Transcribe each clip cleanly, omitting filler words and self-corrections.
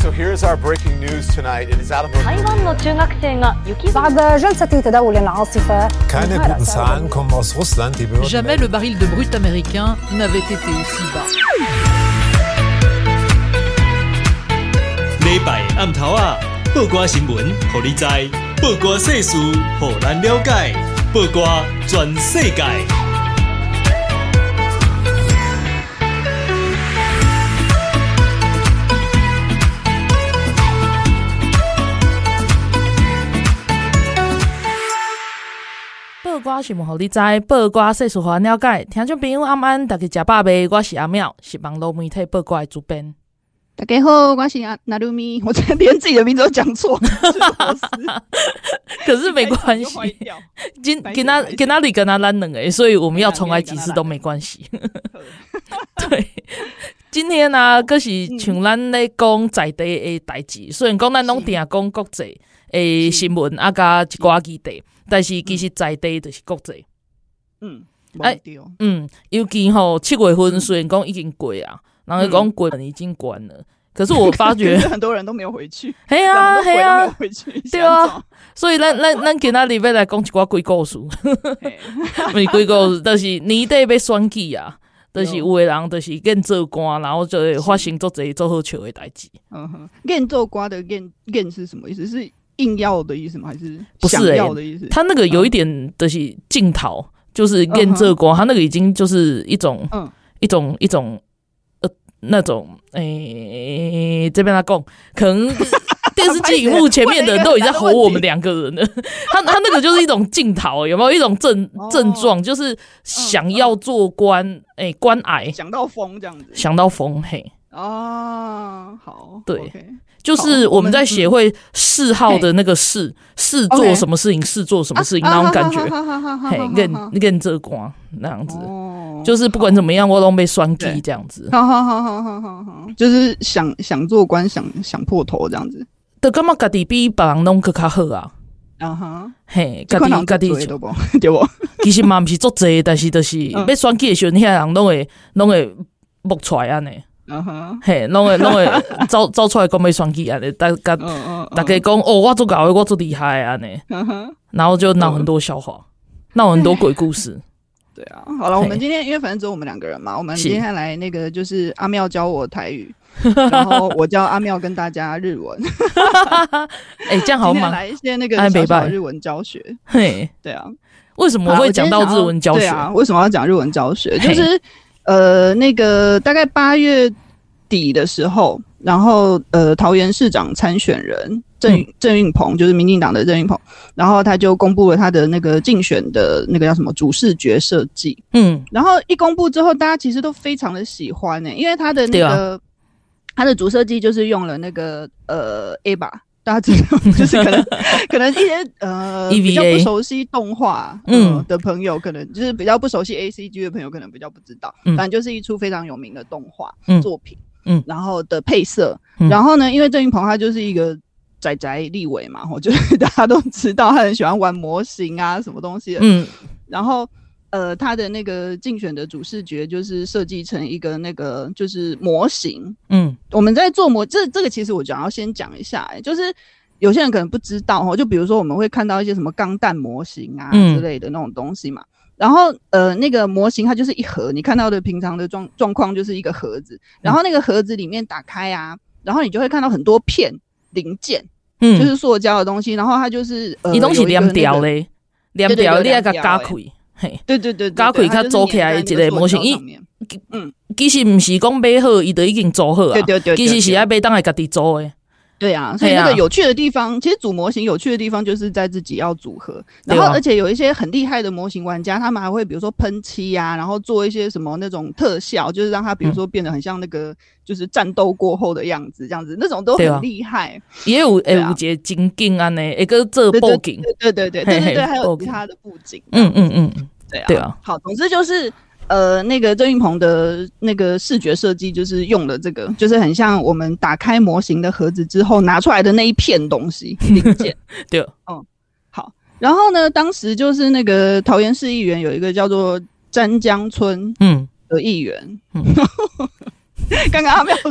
so here's our breaking news tonight. It is out of 台湾的中学生が雪 بعد جلسة تداول العاصفة Keine guten Zahlen kommen aus Russland. Die Behörden Jamais le baril de brut américain n'avait été aussi bas. 礼拜暗头啊，报歌新闻，互你知；报歌世事，互咱了解。报歌全世界。 报歌新闻，互你知；报歌世事，互咱了解。听众朋友，晚安，大家食饱未？我是阿妙，是网络媒体报歌的主编。 大家好，我是那鲁咪，我连自己的名字都讲错， 可是没关系，今仔日跟他咱两个，所以我们要重来几次都没关系。对，今天啊，可是像咱咧讲在地的代志，虽然讲咱拢定讲国际的新闻啊，加一寡议题，但是其实在地就是国际。尤其吼7月份虽然讲已经过啊。然后讲鬼已经关了，可是我发觉很多人都没有回去。 嘿啊，嘿啊， 对啊， 所以咱今仔日要来讲一寡鬼故事。鬼故事就是年底要选举啊，就是有的人就是愿做官，然后就会发生做侪做好笑的代志。 愿做官的愿是什么意思？是硬要的意思吗？还是不是想要的意思？ 他那个有一点就是镜头，就是愿做官，他那个已经就是一种那种这边他讲，可能电视机荧幕前面的人都已经在吼我们两个人了。他那个就是一种镜头，有没有一种症状，就是想要做官，官癌， 想到疯这样子， 想到疯，嘿。 好， 对。 Okay， 就是我们在协会嗜好的那个事做什么事情，事做什么事情那种感觉，嘿，跟这光那样子，就是不管怎么样，我都被双击这样子。 好，就是想做官，想破头这样子。 就感觉自己比别人拢更较好啊。嘿，自己对不？ 其实嘛不是做这，但是就是要选举的时候，那些人拢会冒出来安尼。嘿，拢会走出来讲要选举安尼，大家讲我做搞的，我做厉害安尼，然后就闹很多笑话，闹很多鬼故事。 对啊，好了，我们今天因为反正只有我们两个人嘛，我们今天来那个就是阿妙教我台语，然后我教阿妙跟大家日文。 这样好吗？ 今天来一些那个小小的日文教学。嘿，对啊， 为什么会讲到日文教学？ 对啊，为什么要讲日文教学？就是那个大概8月底的时候，然后桃园市长参选人郑运鹏，就是民进党的郑运鹏，然后他就公布了他的那个竞选的那个叫什么主视觉设计，然后一公布之后，大家其实都非常的喜欢因为他的那个他的主设计就是用了那个EVA。大家知道，就是可能一些比较不熟悉动画的朋友，可能就是比较不熟悉 ACG 的朋友，可能比较不知道。反正就是一出非常有名的动画作品，然后的配色。然后呢，因为郑运鹏他就是一个宅立委嘛，就是大家都知道他很喜欢玩模型啊，什么东西的。然后他的那个竞选的主视觉就是设计成一个那个就是模型。我们在做这个其实我想要先讲一下，就是有些人可能不知道就比如说我们会看到一些什么钢弹模型啊之类的那种东西嘛。然后那个模型它就是一盒，你看到的平常的状况就是一个盒子，然后那个盒子里面打开啊，然后你就会看到很多片零件，就是塑胶的东西，然后它就是你东西连掉嘞，连掉你要给它加开。 对， 加开它做起来一个模型，其实不是讲买好，伊就已经做好啊。对，其实是要买当来自己做的。 对啊，所以那个有趣的地方，其实组模型有趣的地方就是在自己要组合，然后而且有一些很厉害的模型玩家，他们还会比如说喷漆啊，然后做一些什么那种特效，就是让它比如说变得很像那个就是战斗过后的样子，这样子那种都很厉害。 也有一个景景安呢，一个做布景， 对，还有其他的布景。对啊。好，总之就是。那个郑运鹏的那个视觉设计就是用了这个，就是很像我们打开模型的盒子之后拿出来的那一片东西零件。 对， 好。然后呢，当时就是那个桃园市议员有一个叫做詹江村的议员，刚刚阿妙说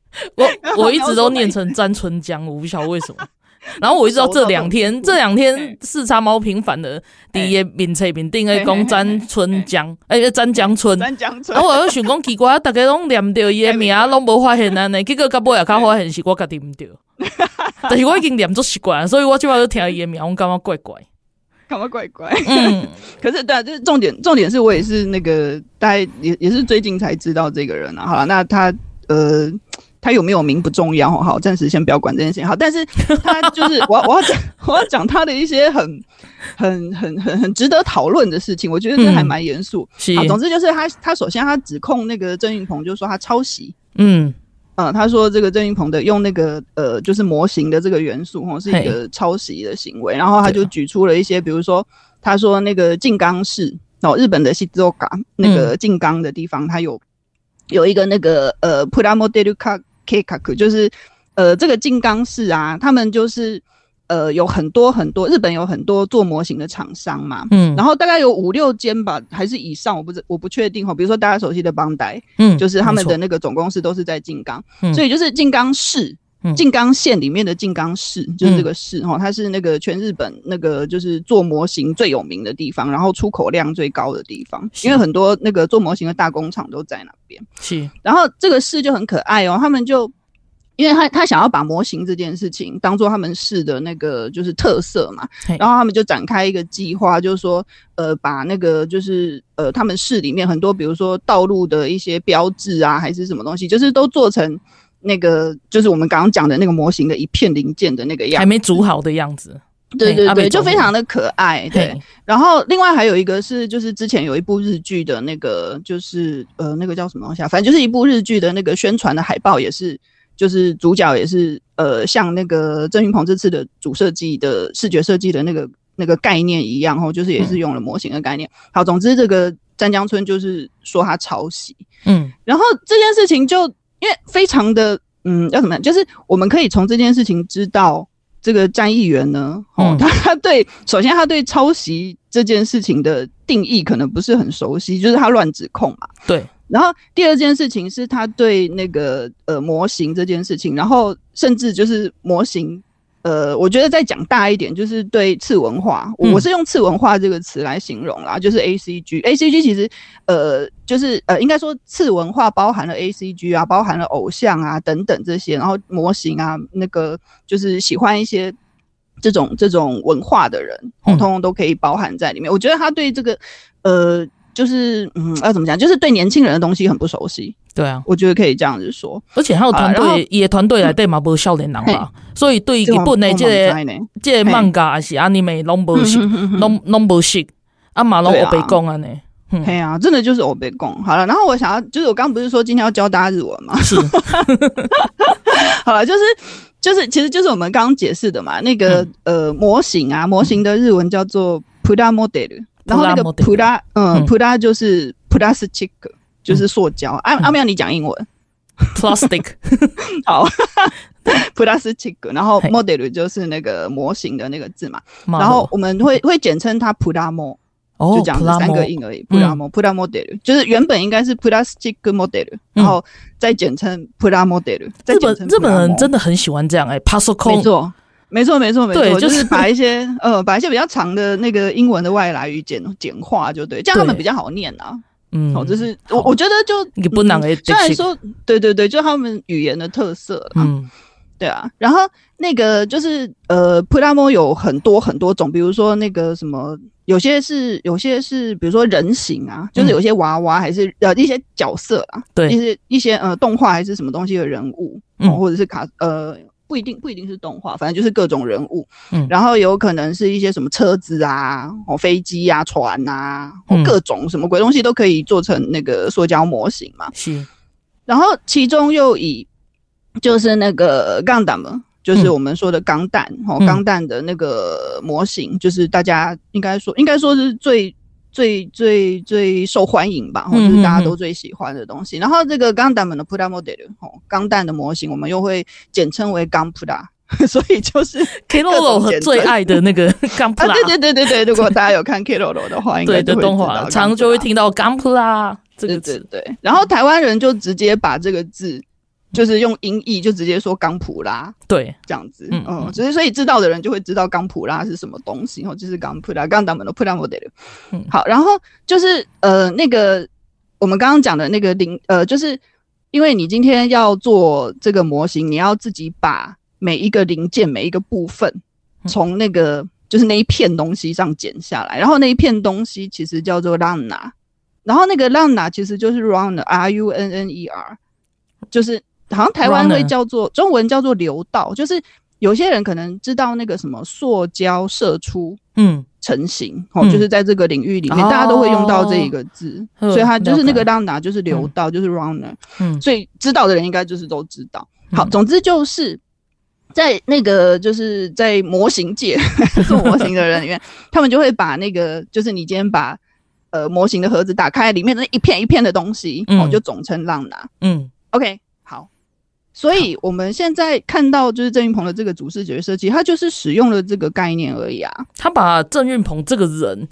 我一直都念成詹春江，我不晓得为什么。然后我一直到这两天四叉猫频繁的第一面册面顶的讲詹春江，詹江春，然后我就想讲奇怪，大家拢念到伊的名，拢无发现安尼，结果到尾也较发现是我家己唔对，但是我已经念做习惯，所以我今晚就听伊的名，我感觉怪怪。 干嘛怪怪？可是对啊，就是重点是我也是那个大概也是最近才知道这个人啊。好了，那他有没有名不重要，好，暂时先不要管这件事情。好，但是他就是我要讲他的一些很值得讨论的事情，我觉得这还蛮严肃。好，总之就是他首先他指控那个郑运鹏，就说他抄袭。他说这个郑运鹏的用那个就是模型的这个元素是一个抄袭的行为，然后他就举出了一些，比如说他说那个静冈市日本的静岡那个静冈的地方，他有一个那个プラモデル化計画，就是这个静冈市啊，他们就是有很多日本有很多做模型的厂商嘛，然后大概有5-6间吧，还是以上，我不确定比如说大家熟悉的邦代，就是他们的那个总公司都是在静冈，所以就是静冈市。静冈县里面的静冈市就是这个市它是那个全日本那个就是做模型最有名的地方，然后出口量最高的地方，因为很多那个做模型的大工厂都在那边。是，然后这个市就很可爱他们就因为他想要把模型这件事情当做他们市的那个就是特色嘛，然后他们就展开一个计划，就是说把那个就是他们市里面很多比如说道路的一些标志啊还是什么东西，就是都做成那个就是我们刚刚讲的那个模型的一片零件的那个样子，还没煮好的样子。对对对，就非常的可爱。对，然后另外还有一个是就是之前有一部日剧的那个就是那个叫什么东西啊，反正就是一部日剧的那个宣传的海报也是，就是主角也是像那个郑运鹏这次的主设计的视觉设计的那个概念一样就是也是用了模型的概念。好，总之这个詹江村就是说他抄袭。然后这件事情就因为非常的要怎么样，就是我们可以从这件事情知道这个詹议员呢首先他对抄袭这件事情的定义可能不是很熟悉，就是他乱指控嘛。对。然后第二件事情是他对那个模型这件事情，然后甚至就是模型我觉得再讲大一点，就是对次文化，我是用次文化这个词来形容啦，就是 ACG 其实就是应该说次文化包含了 ACG 啊，包含了偶像啊等等这些，然后模型啊，那个就是喜欢一些这种文化的人通通都可以包含在里面。我觉得他对这个就是要怎么讲，就是对年轻人的东西很不熟悉。对啊，我觉得可以这样子说。而且还有团队，也团队来对嘛，无少年人吧，所以对日本的这个漫画还是 anime 拢无识，拢无识，嘛拢黑白讲安尼。嘿啊，真的就是黑白讲。好了，然后我想要，就是我刚不是说今天要教大家日文吗？是。好了，就是其实就是我们刚刚解释的嘛，那个模型啊，模型的日文叫做 pramodel。然后那个pura 就是 plastic， 就是塑胶。阿妙你讲英文 ，plastic 好，plastic， 然后 model 就是那个模型的那个字嘛。然后我们会简称它 pramo， 就这样子3个音而已。pramodel 就是原本应该是 plastic model， 然后再简称 pramodel。日本人真的很喜欢这样pasokon。没错，对，就是把一些比较长的那个英文的外来语简化就对，这样他们比较好念啊。就是我觉得就你不能虽然说对，就他们语言的特色啦。对啊。然后那个就是pramo 有很多种，比如说那个什么，有些是比如说人形啊，就是有些娃娃还是一些角色啊，对，一些动画还是什么东西的人物，或者是不一定是动画，反正就是各种人物。然后有可能是一些什么车子啊、飞机啊、船啊，各种什么鬼东西都可以做成那个塑胶模型嘛。是。然后其中又以就是那个钢弹嘛，就是我们说的钢弹，钢弹的那个模型，就是大家应该说是最受欢迎吧，就是大家都最喜欢的东西。然后这个钢弹的 pramodel， 钢弹的模型我们又会简称为钢 pra， 所以就是 Keroro 最爱的那个钢 pra。对，如果大家有看 Keroro 的话，应该就会知道动画常就会听到钢 pra 这个字。对。然后台湾人就直接把这个字就是用音译就直接说冈普拉， 对， 这样子，所以知道的人就会知道冈普拉是什么东西，就是冈普拉，刚咱们的普拉莫德勒。好，然后就是那个我们刚刚讲的那个就是因为你今天要做这个模型，你要自己把每一个零件、每一个部分从那个就是那一片东西上剪下来，然后那一片东西其实叫做 Runner， 然后那个 Runner 其实就是 Runner R-U-N-N-E-R， 就是好像台湾会叫做中文叫做流道，就是有些人可能知道那个什么塑胶射出成型，就是在这个领域里面大家都会用到这一个字，所以它就是那个 Runner 就是流道，就是 Runner，所以知道的人应该就是都知道。好，总之就是在那个就是在模型界做模型的人里面，他们就会把那个就是你今天把模型的盒子打开，里面的一片一片的东西就总称Runner。OK， 好，所以我们现在看到就是郑运鹏的这个主视觉设计，他就是使用了这个概念而已啊。他把郑运鹏这个人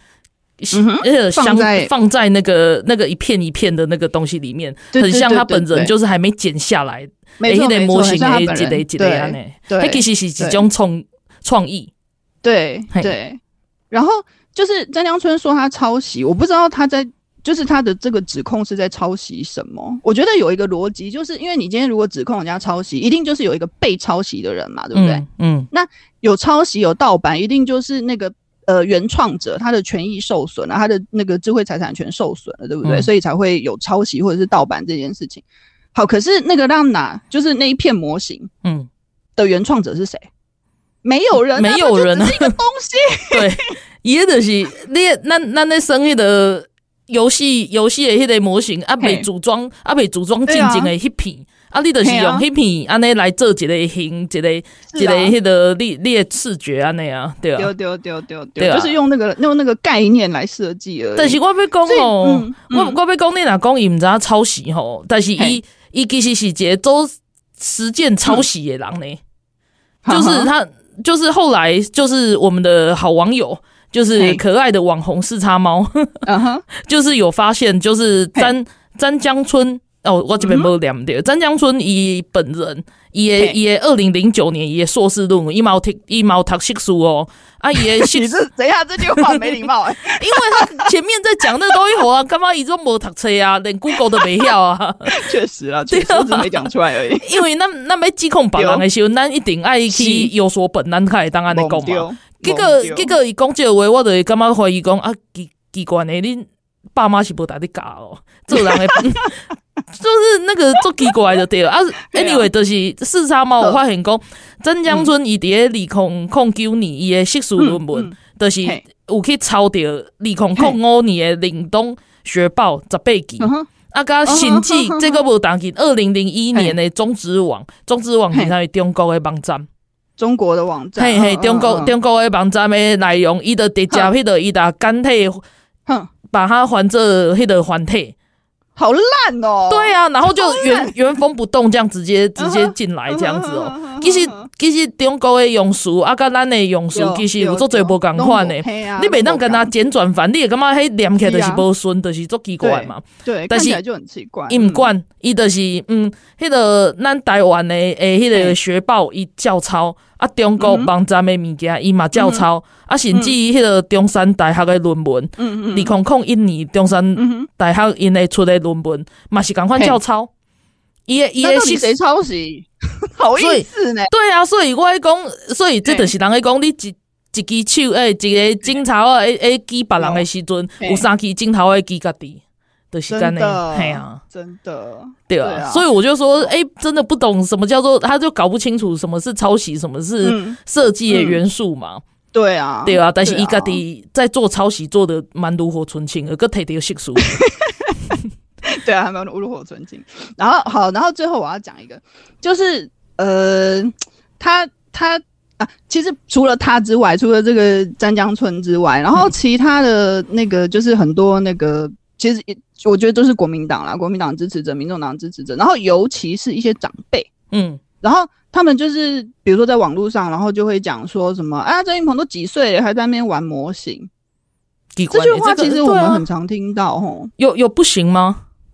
放在那个一片一片的那个东西里面，很像他本人，就是还没剪下来，那个模型一个一个样呢。它其实是一种创意。对对，然后就是詹江村说他抄袭，我不知道他在。就是他的这个指控是在抄袭什么？我觉得有一个逻辑，就是因为你今天如果指控人家抄袭，一定就是有一个被抄袭的人嘛，对不对？那有抄袭有盗版，一定就是那个原创者他的权益受损了，他的那个智慧财产权受损了，对不对？所以才会有抄袭或者是盗版这件事情。好，可是那个让哪就是那一片模型，的原创者是谁？没有人，没有人，只是一个东西。对，也就是你，咱在生迄个。游戏的迄个模型未组装进前的迄片你就是用迄片安尼来做一个形一个迄个你的视觉安尼啊，对啊，对，就是用那个概念来设计而已。但是我要讲我要讲你若讲伊毋知影抄袭吼，但是伊其实是一个做实践抄袭的人呢，就是他就是后来就是我们的好网友。就是可爱的网红四叉猫，就是有发现，就是詹江村我这边没有念对，詹江村伊本人，伊的2009年伊的硕士论文，伊毛读硕士哦，伊的你是等一下这句话没礼貌因为他前面在讲那个东西后啊，干嘛伊都没读册啊，连 Google 都没晓啊，确实啦，确实只没讲出来而已。因为咱要指控别人的时候，咱一定爱去有所本，咱才会当安尼讲嘛。结果伊讲这个话，我就会感觉怀疑讲奇怪的，恁爸妈是无带你教哦，做人的就是那个做奇怪就对了anyway， 就是四叉猫，我发现讲曾江村伊伫2009年伊的硕士论文，就是有去抄到2005年的岭东学报18期。甚至这个无当紧2001年的中职网是他中国的网站。中国的网站，中国的网站的内容，伊就直接迄个伊的干体，把它还做迄个还体，好烂哦。对啊，然后就原封不动这样直接进来这样子哦。其实中国的用词甲咱的用词其实有做侪无共款的，你袂当跟他简转繁，你会感觉迄念起来就是无顺，就是做奇怪嘛。对，但是看起来就很奇怪。伊毋管，伊就是迄个咱台湾的迄个学报伊照抄。中国网站的物件，伊嘛照抄甚至迄个中山大学的论文，2001年中山大学因的出的论文，嘛是共款照抄。伊的是谁抄袭？好意思呢？对啊，所以我讲，所以这就是人在讲，你一支手一个镜头记别人的时阵，有3支镜头记家己。就是真的，真的，对啊，所以我就说，真的不懂什么叫做，他就搞不清楚什么是抄袭，什么是设计的元素嘛。对啊，对啊，但是伊家己在做抄袭做的蛮炉火纯青的，佮摕到硕士。对啊，还蛮炉火纯青。然后最后我要讲一个，就是他其实除了他之外，除了这个詹江村之外，然后其他的那个就是很多那个。其实我觉得都是国民党啦，国民党支持者、民众党支持者，然后尤其是一些长辈，然后他们就是比如说在网络上，然后就会讲说什么郑运鹏都几岁了还在那边玩模型，这句话其实我们很常听到有不行吗？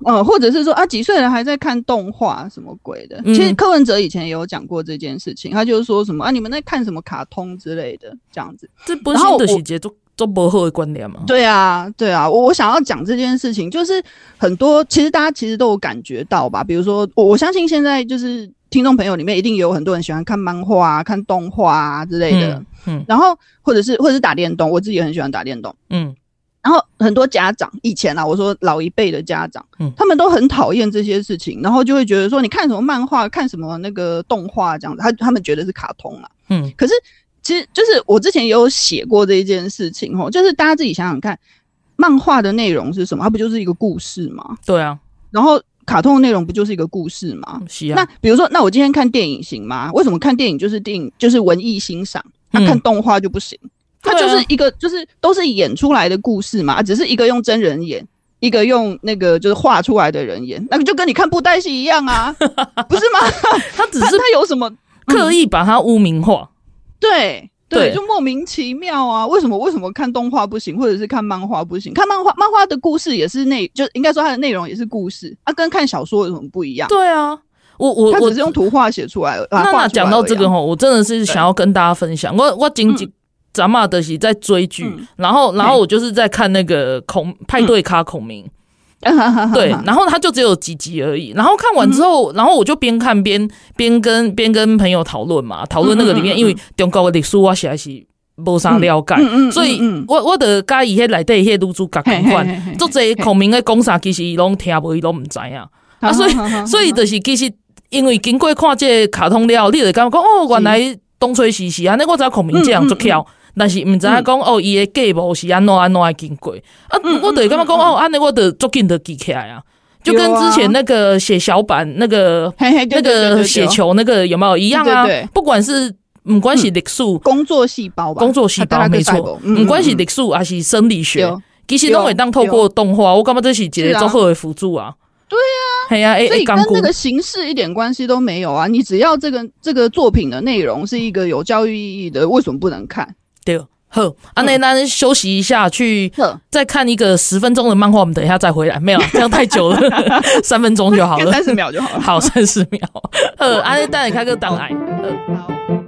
或者是说啊，几岁人还在看动画什么鬼的？其实柯文哲以前也有讲过这件事情，他就是说什么啊，你们在看什么卡通之类的这样子。 这本身就是一个都不好的观念嘛。对啊，我想要讲这件事情，就是很多其实大家其实都有感觉到吧。比如说，我相信现在就是听众朋友里面一定有很多人喜欢看漫画啊、看动画啊之类的。然后或者是打电动，我自己也很喜欢打电动。然后很多家长以前啊，我说老一辈的家长，他们都很讨厌这些事情，然后就会觉得说，你看什么漫画、看什么那个动画这样子，他们觉得是卡通嘛。可是其实就是我之前也有写过这一件事情齁，就是大家自己想想看，漫画的内容是什么？它不就是一个故事吗？ 对啊。然后卡通的内容不就是一个故事吗？ 是啊。 那比如说，那我今天看电影行吗？为什么看电影就是电影就是文艺欣赏，看动画就不行？它就是一个就是都是演出来的故事嘛，只是一个用真人演，一个用那个就是画出来的人演，那个就跟你看布袋戏一样啊，不是吗？ 他只是他有什么刻意把它污名化？ 对，就莫名其妙啊！为什么看动画不行，或者是看漫画不行？看漫画的故事也是就应该说它的内容也是故事，跟看小说有什么不一样？ 对啊。 他只是用图画写出来。 那讲到这个我真的是想要跟大家分享，我前几咱嘛的是在追剧，然后我就是在看那个派对咖孔明，对，然后他就只有几集而已，然后看完之后，然后我就边看边跟朋友讨论嘛，讨论那个里面，因为中国的历史我实在是无啥了解，所以我的甲伊迄内底迄女主角同款，做这孔明的讲啥，其实伊拢听无，伊拢唔知啊，所以就是其实因为经过看这卡通了，你就感觉讲哦，原来东吹西西，安尼我知道孔明这样做巧。但是唔知影讲伊的计谋是安怎的经过啊？我就感觉讲安尼我就足紧就记起来啊，就跟之前那个写小板那个写球那个有没有一样啊？不管是不管是历史工作细胞没错，不管是历史还是生理学，其实都会当透过动画，我感觉这是一个足好的辅助啊。 对啊，所以跟那个形式一点关系都没有啊！你只要这个作品的内容是一个有教育意义的，为什么不能看？ 对，好，那咱休息一下，去再看一个10分钟的漫画，我们等一下再回来。没有，这样太久了，3分钟就好了 ，30秒就好了。 好，30秒。那等你开个档来。好。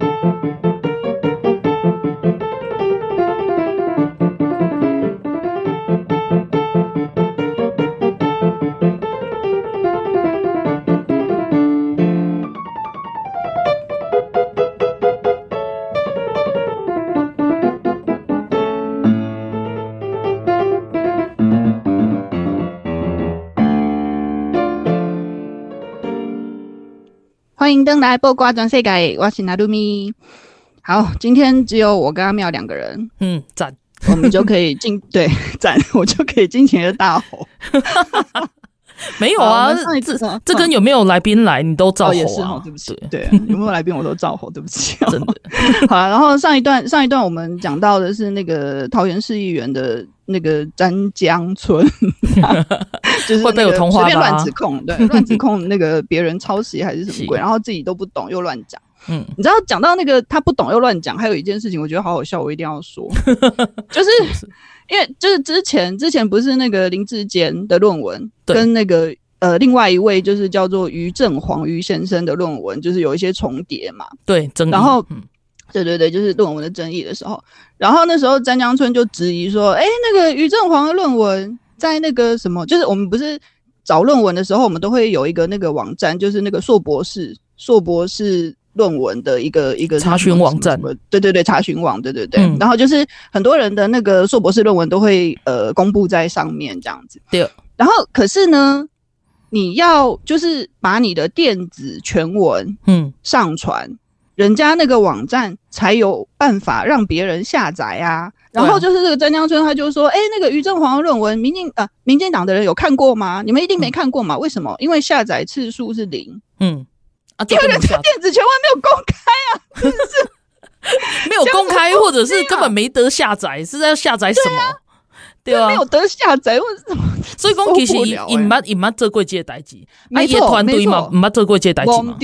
欢迎登来播瓜转世界，我是拿鲁咪。好，今天只有我跟阿妙2个人， 赞， 我们就可以对赞，我就可以尽情的大吼。 没有啊，这跟有没有来宾来你都照吼啊？ 也是对不起，对，有没有来宾我都照吼，对不起，真的。好了，然后上一段我们讲到的是那个桃园市议员的那个詹江村，就是会被我同化吧？ 随便乱指控，对，乱指控那个别人抄袭还是什么鬼，然后自己都不懂又乱讲。你知道讲到那个他不懂又乱讲，还有一件事情我觉得好好笑，我一定要说，就是因为就是之前不是那个林志坚的论文跟那个另外一位就是叫做于正煌于先生的论文，就是有一些重叠嘛， 对，争议， 然后对，就是论文的争议的时候，然后那时候詹江村就质疑说，那个于正煌的论文在那个什么，就是我们不是找论文的时候，我们都会有一个那个网站，就是那个硕博士论文的一个查询网站， 对，查询网，对，然后就是很多人的那个硕博士论文都会公布在上面这样子， 对。 然后可是呢，你要就是把你的电子全文上传，人家那个网站才有办法让别人下载啊。然后就是这个詹江村他就说，那个于正煌的论文民进党的人有看过吗？你们一定没看过嘛？为什么？因为下载次数是0。因为人家电子全文没有公开啊，真的是没有公开，或者是根本没得下载，是在下载什么？对啊， 没有得下载，或者什么？ 所以讲其实伊捌做过这个代志，伊的团队嘛捌做过这个代志嘛。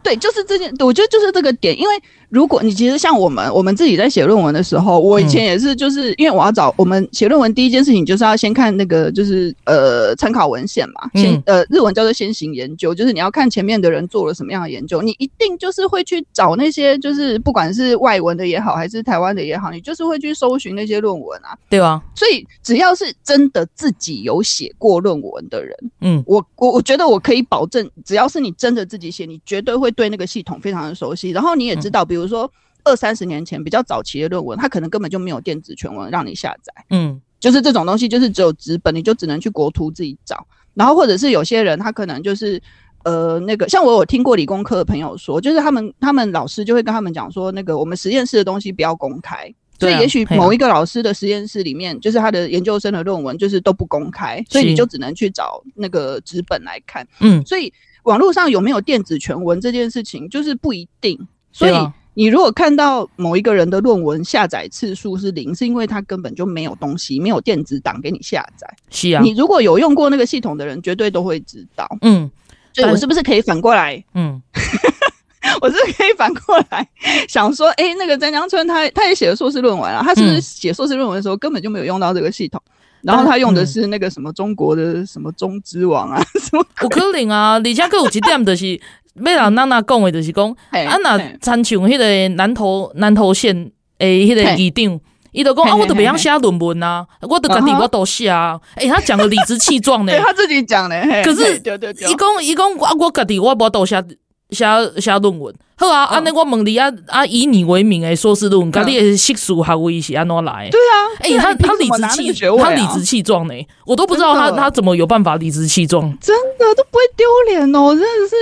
对，就是这件，我觉得就是这个点，因为如果你其实像我们自己在写论文的时候，我以前也是，就是因为我要找我们写论文第一件事情就是要先看那个就是参考文献嘛，日文叫做先行研究，就是你要看前面的人做了什么样的研究，你一定就是会去找那些就是不管是外文的也好，还是台湾的也好，你就是会去搜寻那些论文啊， 对啊， 所以只要是真的自己有写过论文的人，我觉得我可以保证，只要是你真的自己写，你绝对会对那个系统非常的熟悉，然后你也知道，比如说20-30年前比较早期的论文，它可能根本就没有电子全文让你下载，就是这种东西就是只有纸本，你就只能去国图自己找，然后或者是有些人他可能就是那个像我有听过理工科的朋友说，就是他们老师就会跟他们讲说，那个我们实验室的东西不要公开，所以也许某一个老师的实验室里面，就是他的研究生的论文就是都不公开，所以你就只能去找那个纸本来看，所以网络上有没有电子全文这件事情就是不一定，所以你如果看到某一个人的论文下载次数是0，是因为他根本就没有东西，没有电子档给你下载。 是啊， 你如果有用过那个系统的人，绝对都会知道。所以我是不是可以反过来？我是可以反过来想说，那个詹江村他也写了硕士论文啊，他是不是写硕士论文的时候根本就没有用到这个系统？然后他用的是那个什么中国的什么中之王啊，什么有可能啊，而且还有一点就是要人咱讲的就是讲，若参像迄个南投县的迄个议长，伊就讲啊，我都不想写论文啊，我都家己我都写啊，他讲的理直气壮呢， 对他自己讲的， 可是伊讲我家己我无都写论文，好啊，安尼我问你啊，以你为名的硕士论文，跟你的学术学位是安怎来的？ 对啊， 他理直气壮呢，我都不知道他怎么有办法理直气壮， 真的都不会丢脸哦，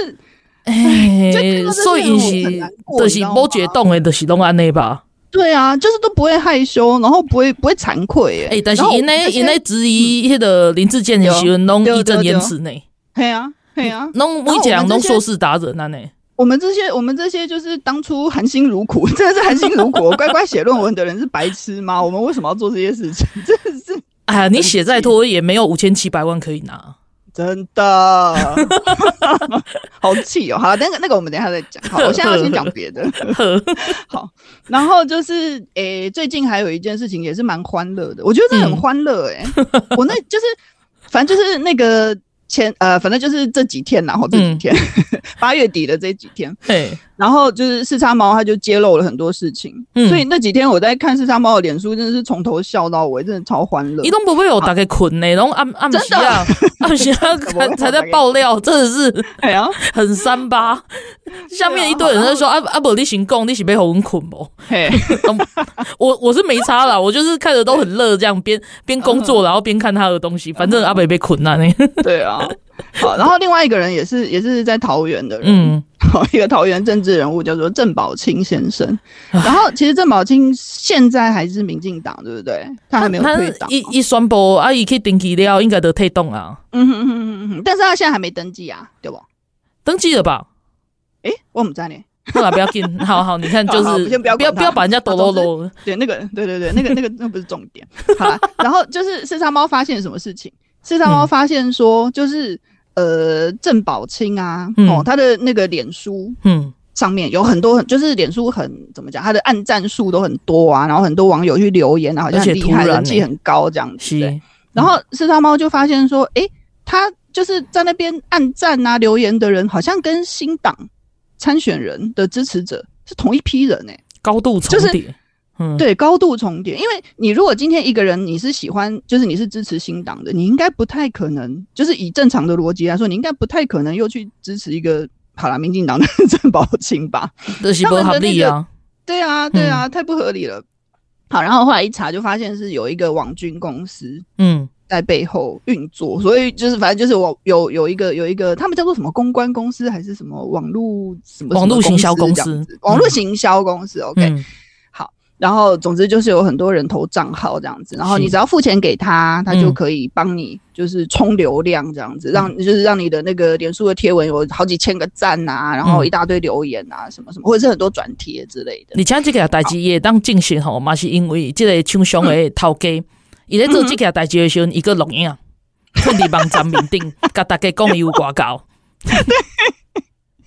真的是， 所以是就是无决动的，就是拢安尼吧。 对啊，就是都不会害羞，然后不会惭愧但是因咧质疑迄个林志健的时阵，拢义正言辞呢。 嘿啊， 拢每一个人拢硕士达人啊呢。 我们这些就是当初含辛茹苦，真的是含辛茹苦，乖乖写论文的人是白痴吗？我们为什么要做这些事情？真的是， 你写再多也没有5700万可以拿。 真的好气哦！好，那个我们等一下再讲。好，我现在要先讲别的。好，然后就是最近还有一件事情也是蛮欢乐的，我觉得这很欢乐我那就是反正就是那个反正就是这几天啦，然后这几天8月底的这几天，然后就是四叉猫他就揭露了很多事情，所以那几天我在看四叉猫的脸书，真的是从头笑到尾，真的超欢乐。 你都不会有大概困呢，然后暗时啊才在爆料，真的是很三八。下面一堆人在说不你先讲，你是要给我们困不？我是没差啦，我就是看着都很乐，这样边工作然后边看他的东西，反正阿北被困难呢。 对啊。好，然后另外一个人也是在桃园的人，一个桃园政治人物叫做郑宝清先生。然后其实郑宝清现在还是民进党，对不对？他还没有退党。 他宣布他去登记了，应该都退党啊。 但是他现在还没登记啊，对不？ 登记了吧？ 我不知道呢。 好了，不要紧，好，你看就是先不要把人家抖搂搂。 对，那不是重点。好啦，然后就是四叉猫发现什么事情？四叉猫发现说，就是郑宝清啊，他的那个脸书上面有很多就是脸书很怎么讲，他的按赞数都很多啊，然后很多网友去留言啊，好像很厉害，人气很高这样子。然后四叉猫就发现说，他就是在那边按赞啊留言的人，好像跟新党参选人的支持者是同一批人高度重叠。 对，高度重叠。因为你如果今天一个人你是喜欢，就是你是支持新党的，你应该不太可能，就是以正常的逻辑来说，你应该不太可能又去支持一个好啦民进党的郑宝清吧？ 这是不合理啊！ 对啊，太不合理了。好，然后后来一查就发现是有一个网军公司，在背后运作，所以就是反正就是我有一个他们叫做什么公关公司还是什么网络行销公司， 网络行销公司 OK。然后总之就是有很多人投账号这样子，然后你只要付钱给他，他就可以帮你就是冲流量这样子，就是让你的那个脸书的贴文有好几千个赞啊，然后一大堆留言啊什么什么，或者是很多转贴之类的。 而且这个代志也当进行吼，嘛是因为这个厂商的头家，伊在做这个代志的时候，一个录影，放伫网站面顶，甲大家讲伊有偌高。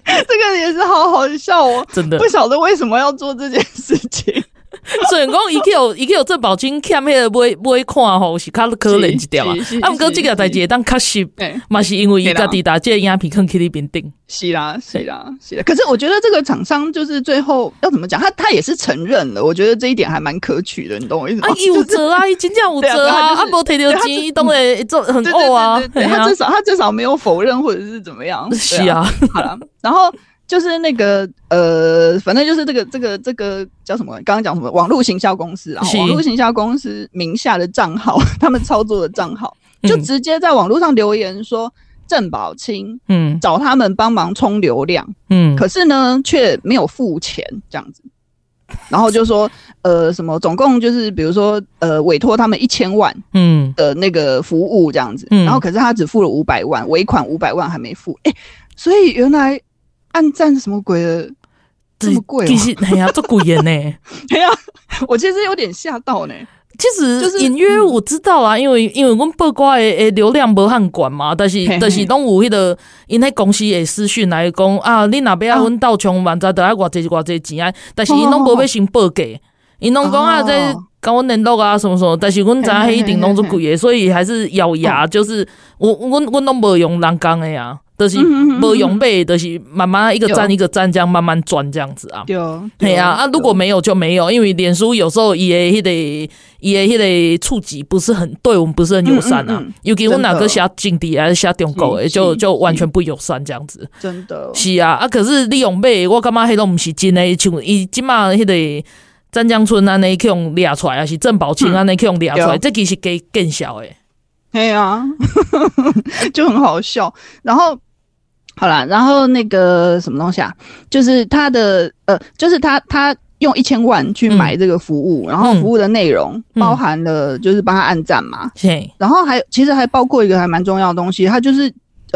这个也是好好笑哦， 真的不晓得为什么要做这件事情。 虽然讲伊去有郑宝清欠迄个买看吼是较可怜一点啊，啊毋过这个代志会当确实嘛是因为伊家己把这个影片放去你面顶。 是啦。可是我觉得这个厂商就是最后要怎么讲，他也是承认了，我觉得这一点还蛮可取的，你懂我意思吗？ 伊有责啊，伊真正有责啊，无摕到钱，伊当然做很恶啊。 对，他至少没有否认或者是怎么样。 是啊， 好了，然后。就是那个反正就是这个叫什么？刚刚讲什么？网络行销公司啊，网络行销公司名下的账号，他们操作的账号，就直接在网络上留言说郑宝清，找他们帮忙冲流量，可是呢却没有付钱这样子，然后就说什么总共就是比如说委托他们1000万的那个服务这样子，然后可是他只付了500万，尾款500万还没付，所以原来。按赞什么鬼的这么贵？ 其实哎呀，这贵的呢。 哎呀，我其实有点吓到呢。 其实就是隐约我知道啊，因为我们八卦的流量无限管嘛，但是拢有迄个因迄公司的私讯来讲啊，你若要阮斗冲万才得爱偌济钱啊，但是因拢无要先报价，因拢讲啊在跟我联络啊什么什么，但是阮知影迄一定拢是贵的，所以还是咬牙，就是阮拢无用人工的呀。就是没用买，就是慢慢一个站一个站这样慢慢转这样子啊。对啊，如果没有就没有，因为脸书有时候伊的迄个触及不是很对我们不是很友善啊。尤其我哪个写境地还是写中国的，就完全不友善这样子。 真的是啊，可是你用买，我感觉迄都不是真的，像伊今嘛迄个湛江村安尼去用掠出来，还是郑宝清安尼去用掠出来，这其实更小诶。 对啊，就很好笑。然后好啦，然后那个什么东西啊，就是他的就是他用1000万去买这个服务，然后服务的内容包含了就是帮他按赞嘛，然后其实还包括一个还蛮重要的东西，他就是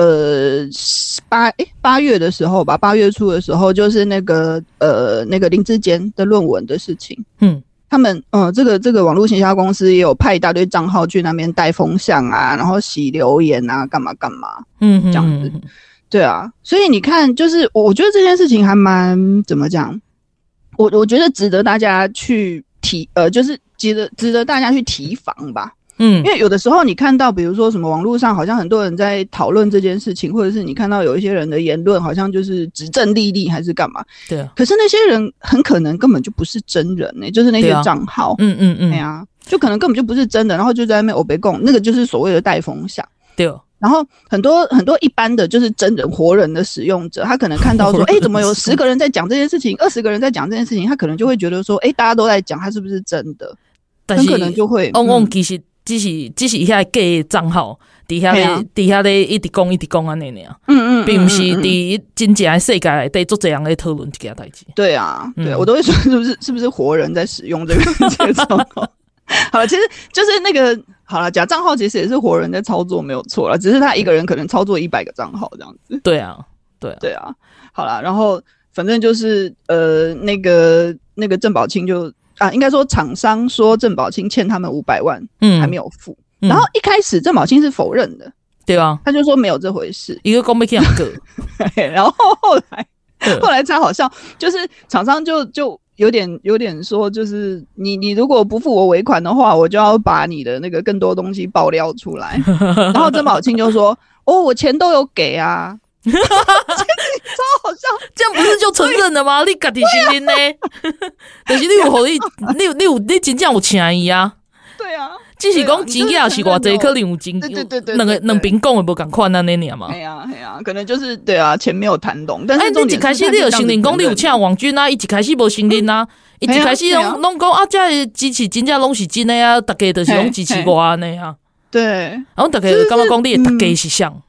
8月的时候吧，8月初的时候，就是那个林志坚的论文的事情，他们这个网络行销公司也有派一大堆账号去那边带风向啊，然后洗留言啊，干嘛干嘛，这样子，对啊，所以你看，就是我觉得这件事情还蛮怎么讲，我觉得值得大家去就是值得大家去提防吧。因为有的时候你看到比如说什么网络上好像很多人在讨论这件事情，或者是你看到有一些人的言论好像就是指证立例还是干嘛，对啊，可是那些人很可能根本就不是真人就是那些账号，对啊，就可能根本就不是真的，然后就在那边欧北共，那个就是所谓的带风向，对。然后很多一般的就是真人活人的使用者，他可能看到说怎么有10个人在讲这件事情，20个人在讲这件事情，他可能就会觉得说大家都在讲，他是不是真的，但是可能就会其实只是遐假的账号底下咧一直讲安尼尔，并不是伫真正的世界内底做这样的讨论这件代志。对啊，对，我都会说是不是活人在使用这个账号？好了，其实就是那个好了，假账号其实也是活人在操作，没有错啦，只是他一个人可能操作100个账号这样子。对啊，好啦，然后反正就是那个郑宝清就应该说厂商说郑宝清欠他们500万，还没有付。然后一开始郑宝清是否认的，对啊，他就说没有这回事，一个公被骗两个。然后后来才好笑，就是厂商就有点说，就是你如果不付我尾款的话，我就要把你的那个更多东西爆料出来。然后郑宝清就说：“我钱都有给啊。”超好笑，这样不是就承认了吗？你自己承认呢？但是你有真正有请伊啊？对啊，只是讲钱也是偌济，可能有钱，对，两边讲的无同款安尼尔嘛。嘿啊，可能就是对啊，钱没有谈拢。但是你一开始你有承认讲你有请王军啊，伊一开始无承认啊，伊一开始拢讲这支持真正拢是真的啊，大家就是拢支持我安尼啊。对，然后大家感觉讲你的大家是像。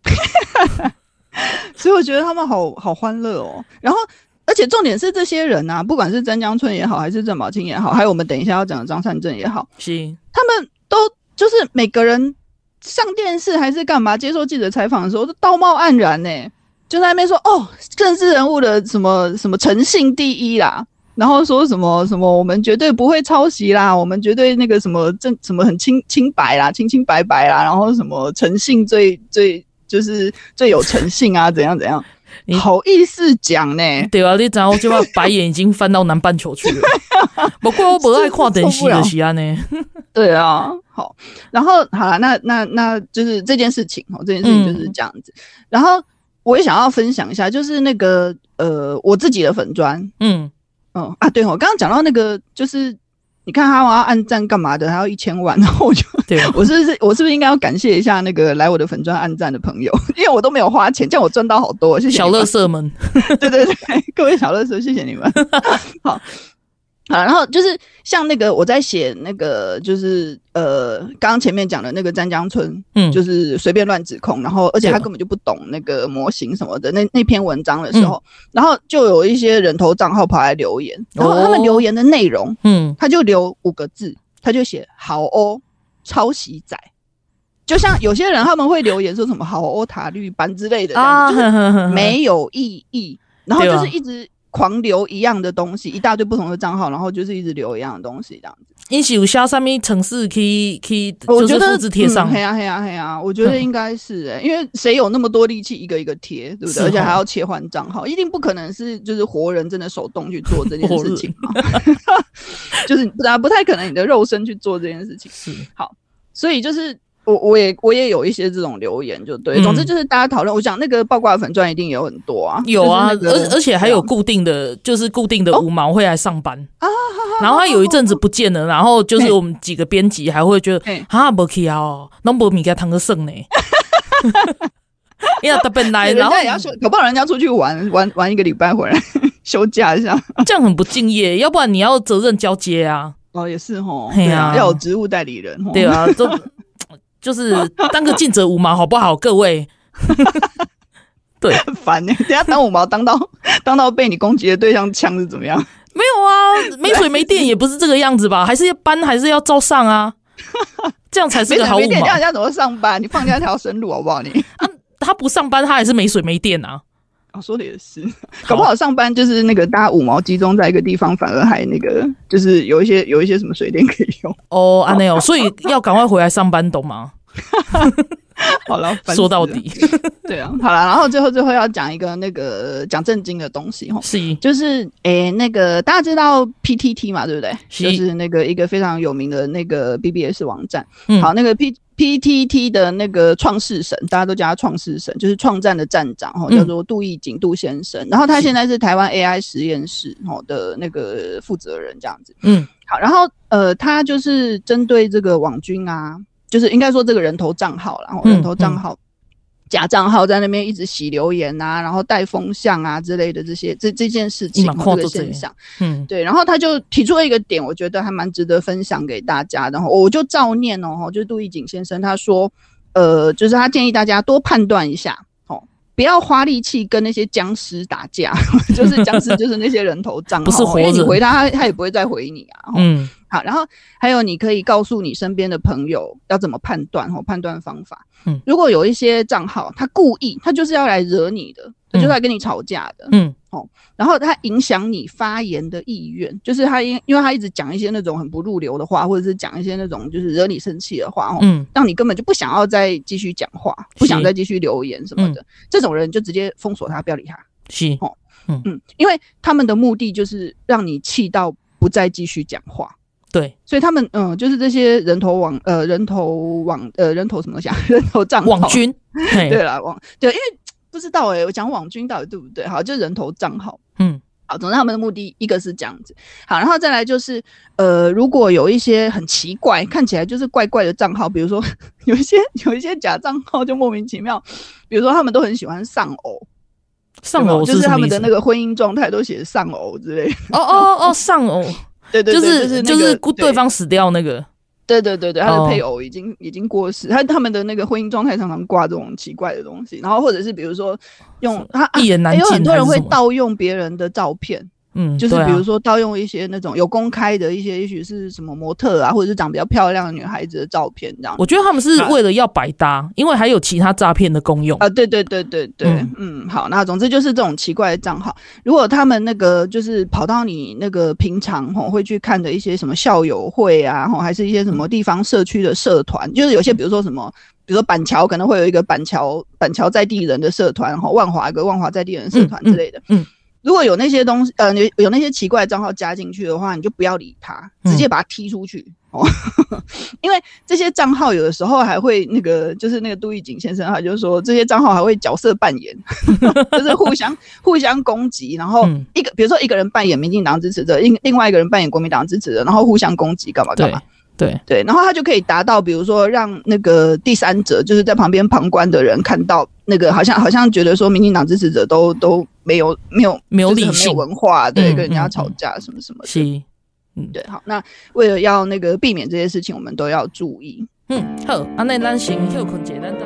所以我觉得他们好欢乐哦。然后而且重点是这些人啊，不管是詹江村也好，还是郑宝清也好，还有我们等一下要讲的张善政也好，是他们都就是每个人上电视还是干嘛接受记者采访的时候都道貌岸然就在那边说政治人物的什么什么诚信第一啦，然后说什么什么我们绝对不会抄袭啦，我们绝对那个什么什么很清白啦，清白啦，然后什么诚信最就是最有诚信啊，怎样怎样。 好意思讲呢？ 对啊，你知道我就把白眼已经翻到南半球去了。不过我不爱看电视的是安呢。 对啊，好，然后好了，那就是这件事情这件事情就是这样子。然后我也想要分享一下，就是那个我自己的粉专，对，我刚刚讲到那个就是你看他要按赞干嘛的，还要1000万，然后我就我是不是应该要感谢一下那个来我的粉专按赞的朋友，因为我都没有花钱，这样我赚到好多，谢谢小垃圾们。对对对，各位小垃圾，谢谢你们。好，然后就是像那个我在写那个就是刚刚前面讲的那个詹江村，就是随便乱指控，然后而且他根本就不懂那个模型什么的那篇文章的时候，然后就有一些人头账号跑来留言，然后他们留言的内容，他就留5个字，他就写好哦抄袭仔，就像有些人他们会留言说什么好哦塔绿班之类的，就是没有意义，然后就是一直狂留一样的东西，一大堆不同的账号，然后就是一直留一样的东西这样子。 你是有下什么程式可以就是复制贴上？ 嘿啊，我觉得应该是因为谁有那么多力气一个一个贴，对不对？而且还要切换账号，一定不可能是就是活人真的手动去做这件事情嘛。就是不太可能你的肉身去做这件事情。是好，所以就是我也有一些这种留言，就对。总之就是大家讨论，我想那个爆挂粉专一定也有很多啊， 有啊， 就是而且还有固定的，就是固定的5毛会来上班然后他有一阵子不见了，然后就是我们几个编辑还会觉得没去啊拢没物件通去算呢。因为他本来然后也要说，搞不好人家出去玩1个礼拜回来休假一下， 这样很不敬业，要不然你要责任交接啊。 也是齁，对啊，要有职务代理人， 对啊，就是当个尽责5毛好不好，各位？对， 很烦等一下当5毛当到被你攻击的对象呛是怎么样？ 没有啊，没水没电也不是这个样子吧？还是要照上啊，这样才是个好5毛。没水没电， 人家怎么上班？你放假条生路好不好你？ 他不上班，他还是没水没电啊。 说的也是，搞不好上班就是那个大家5毛集中在一个地方，反而还那个就是有一些什么水电可以用安内所以要赶快回来上班，懂吗？ 好了， 说到底， 对啊，好了，然后最后要讲一个那个讲正经的东西是就是那个大家知道 PTT 嘛，对不对？就是那个一个非常有名的那个 BBS 网站。好，那个PTT 的那个创世神，大家都叫他创世神，就是创战的站长叫做杜义景杜先生。然后他现在是台湾 AI 实验室的那个负责人这样子。好，然后他就是针对这个网军啊，就是应该说这个人头账号啦，然后人头账号假账号在那边一直洗留言啊，然后带风向啊之类的这件事情这个现象。对，然后他就提出了一个点，我觉得还蛮值得分享给大家的，然后我就照念就是杜义景先生他说就是他建议大家多判断一下不要花力气跟那些僵尸打架，就是僵尸就是那些人头账号， 不是活人， 你回他也不会再回你啊。好，然后还有你可以告诉你身边的朋友要怎么判断方法。如果有一些账号他故意他就是要来惹你的，他就是来跟你吵架的。然后他影响你发言的意愿，就是他因为他一直讲一些那种很不入流的话，或者是讲一些那种就是惹你生气的话，让你根本就不想要再继续讲话，不想再继续留言什么的，这种人就直接封锁他，不要理他。因为他们的目的就是让你气到不再继续讲话。对，所以他们就是这些人头什么讲人头账号网军， 对啦，对，因为不知道我讲网军到底对不对？好，就是人头账号。好，总之他们的目的一个是这样子。好，然后再来就是如果有一些很奇怪看起来就是怪怪的账号，比如说有一些假账号就莫名其妙，比如说他们都很喜欢丧偶，就是他们的那个婚姻状态都写丧偶之类的。 丧偶，对，就是对方死掉那个。对，他的配偶已经过世，他们的那个婚姻状态常常挂这种奇怪的东西，然后或者是比如说用他一言难尽， 有很多人会盗用别人的照片。就是比如说盗用一些那种有公开的一些，也许是什么模特啊，或者是长比较漂亮的女孩子的照片这样。 我觉得他们是为了要百搭，因为还有其他诈骗的功用啊。对，好，那总之就是这种奇怪的账号，如果他们那个就是跑到你那个平常会去看的一些什么校友会啊，还是一些什么地方社区的社团，就是有些比如说什么比如说板桥可能会有一个板桥在地人的社团，万华有个万华在地人社团之类的。如果有那些东西，有那些奇怪的账号加进去的话，你就不要理他，直接把他踢出去。因为这些账号有的时候还会就是那个杜奕瑾先生他就说这些账号还会角色扮演，就是互相攻击，然后比如说一个人扮演民进党支持者，另外一个人扮演国民党支持者，然后互相攻击干嘛干嘛。对，然后他就可以达到，比如说让那个第三者，就是在旁边旁观的人看到那个好像觉得说民进党支持者都没有理性，没有文化，对，跟人家吵架什么什么的。是。对，好，那为了要避免这些事情，我们都要注意。 好，安尼咱先休困者，咱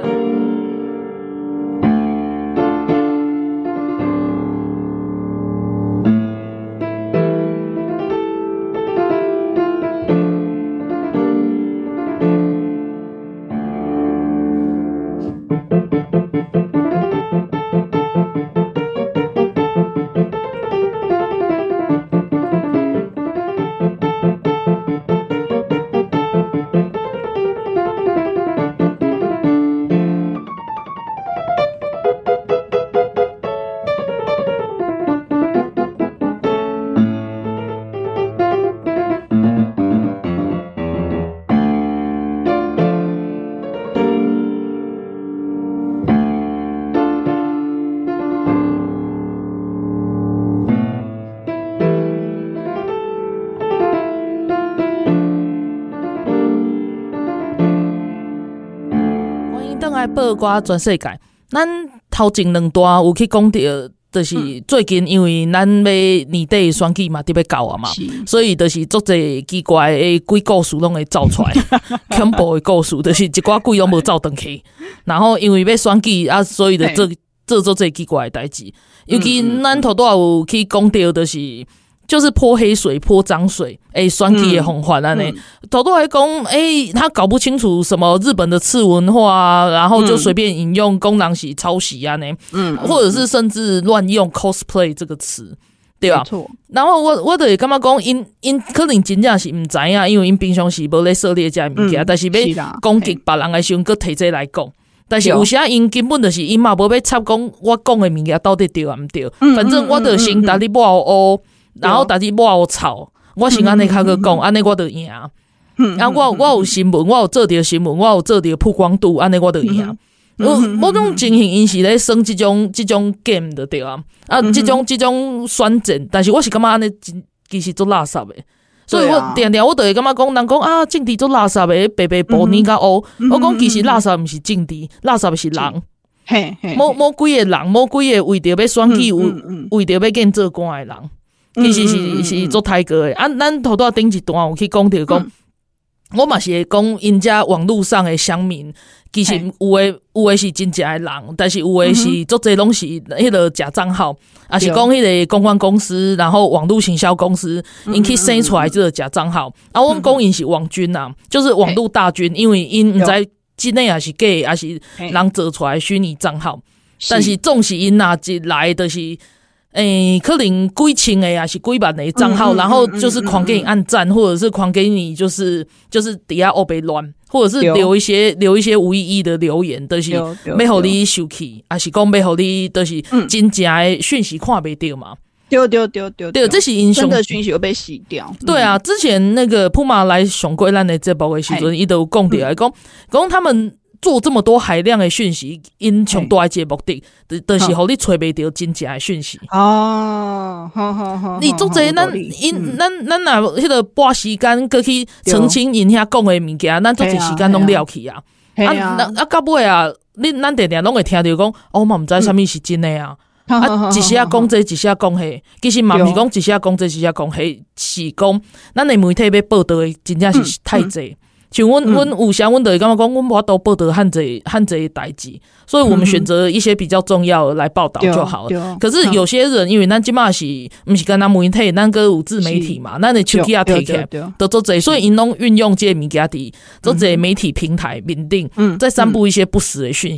报歌全世界，咱头前2段有去讲到，就是最近因为咱要年底选举嘛，得要到啊嘛，所以就是足侪奇怪的鬼故事拢会走出来，恐怖的故事，就是一寡鬼拢无走回去，然后因为要选举啊，所以就做足侪奇怪的代志，尤其咱头段有去讲到，就是泼黑水、泼脏水，选举的方法安尼。头都还讲，他搞不清楚什么日本的次文化啊，然后就随便引用公人是抄袭啊呢，或者是甚至乱用 cosplay 这个词，对吧？然后我就会感觉讲，因可能真正是唔知影，因为因平常时无咧涉猎这物件，但是要攻击别人的时候，佮提这来讲。但是有时因根本就是因嘛无要插讲我讲的物件到底对啊唔对，反正我就先打你抹黑。然后大家抹我吵，我是安尼较去讲，安尼我就赢。啊，我有新闻，我有做着新闻，我有做着曝光度，安尼我就赢。某种情形，因是咧耍这种 game 的对啊，这种选战，但是我是感觉安尼其实做垃圾的，所以我定我就会感觉讲，人讲啊，政治做垃圾的，白布你甲乌，我讲其实垃圾毋是政治，垃圾是人。某几个人，某几个为着要选举，为着要见做官的人。其实是做太过的咱头拄顶一段有去讲到讲，我嘛是会讲因遮网络上的乡民，其实有的是真正的人，但是有的是足侪拢是迄个假账号，也是讲迄个公关公司，然后网络行销公司因去生出来这个假账号。我讲因是网军啊，就是网络大军，因为因毋知真的也是假，也是人做出来虚拟账号，但是总是因若一来就是可能几千个还是几万的账号，然后就是狂给你按赞，或者是狂给你就是底下黑白乱，或者是留一些无意义的留言，就是要互你生气，还是讲要互你就是真正的讯息看不到嘛？对，这是影响真的讯息又被洗掉。 对啊，之前那个普马来上过咱的节目的时阵，伊都有讲到讲他们。做这么多海量的讯息，因上大一个目的，就是互你找不到真正的讯息。 哦，好， 你做这咱若迄个拨时间过去澄清因遐讲的物件，咱做这时间拢了去啊。到尾啊，咱定定拢会听到讲，我嘛毋知啥物是真的啊。一时啊讲这，一时啊讲迄，其实嘛毋是讲一时啊讲这，一时啊讲迄，是讲咱的媒体要报道的真正是太济。像阮有时阮就会感觉讲，阮无法度报道汉济代志，所以我们选择一些比较重要的来报道就好了。可是有些人，因为咱即马是毋是跟咱媒体，咱个有自媒体嘛，咱的手机也摕起来，都做这，所以因拢运用这物件伫做这媒体平台面顶，再散布一些不实的讯息。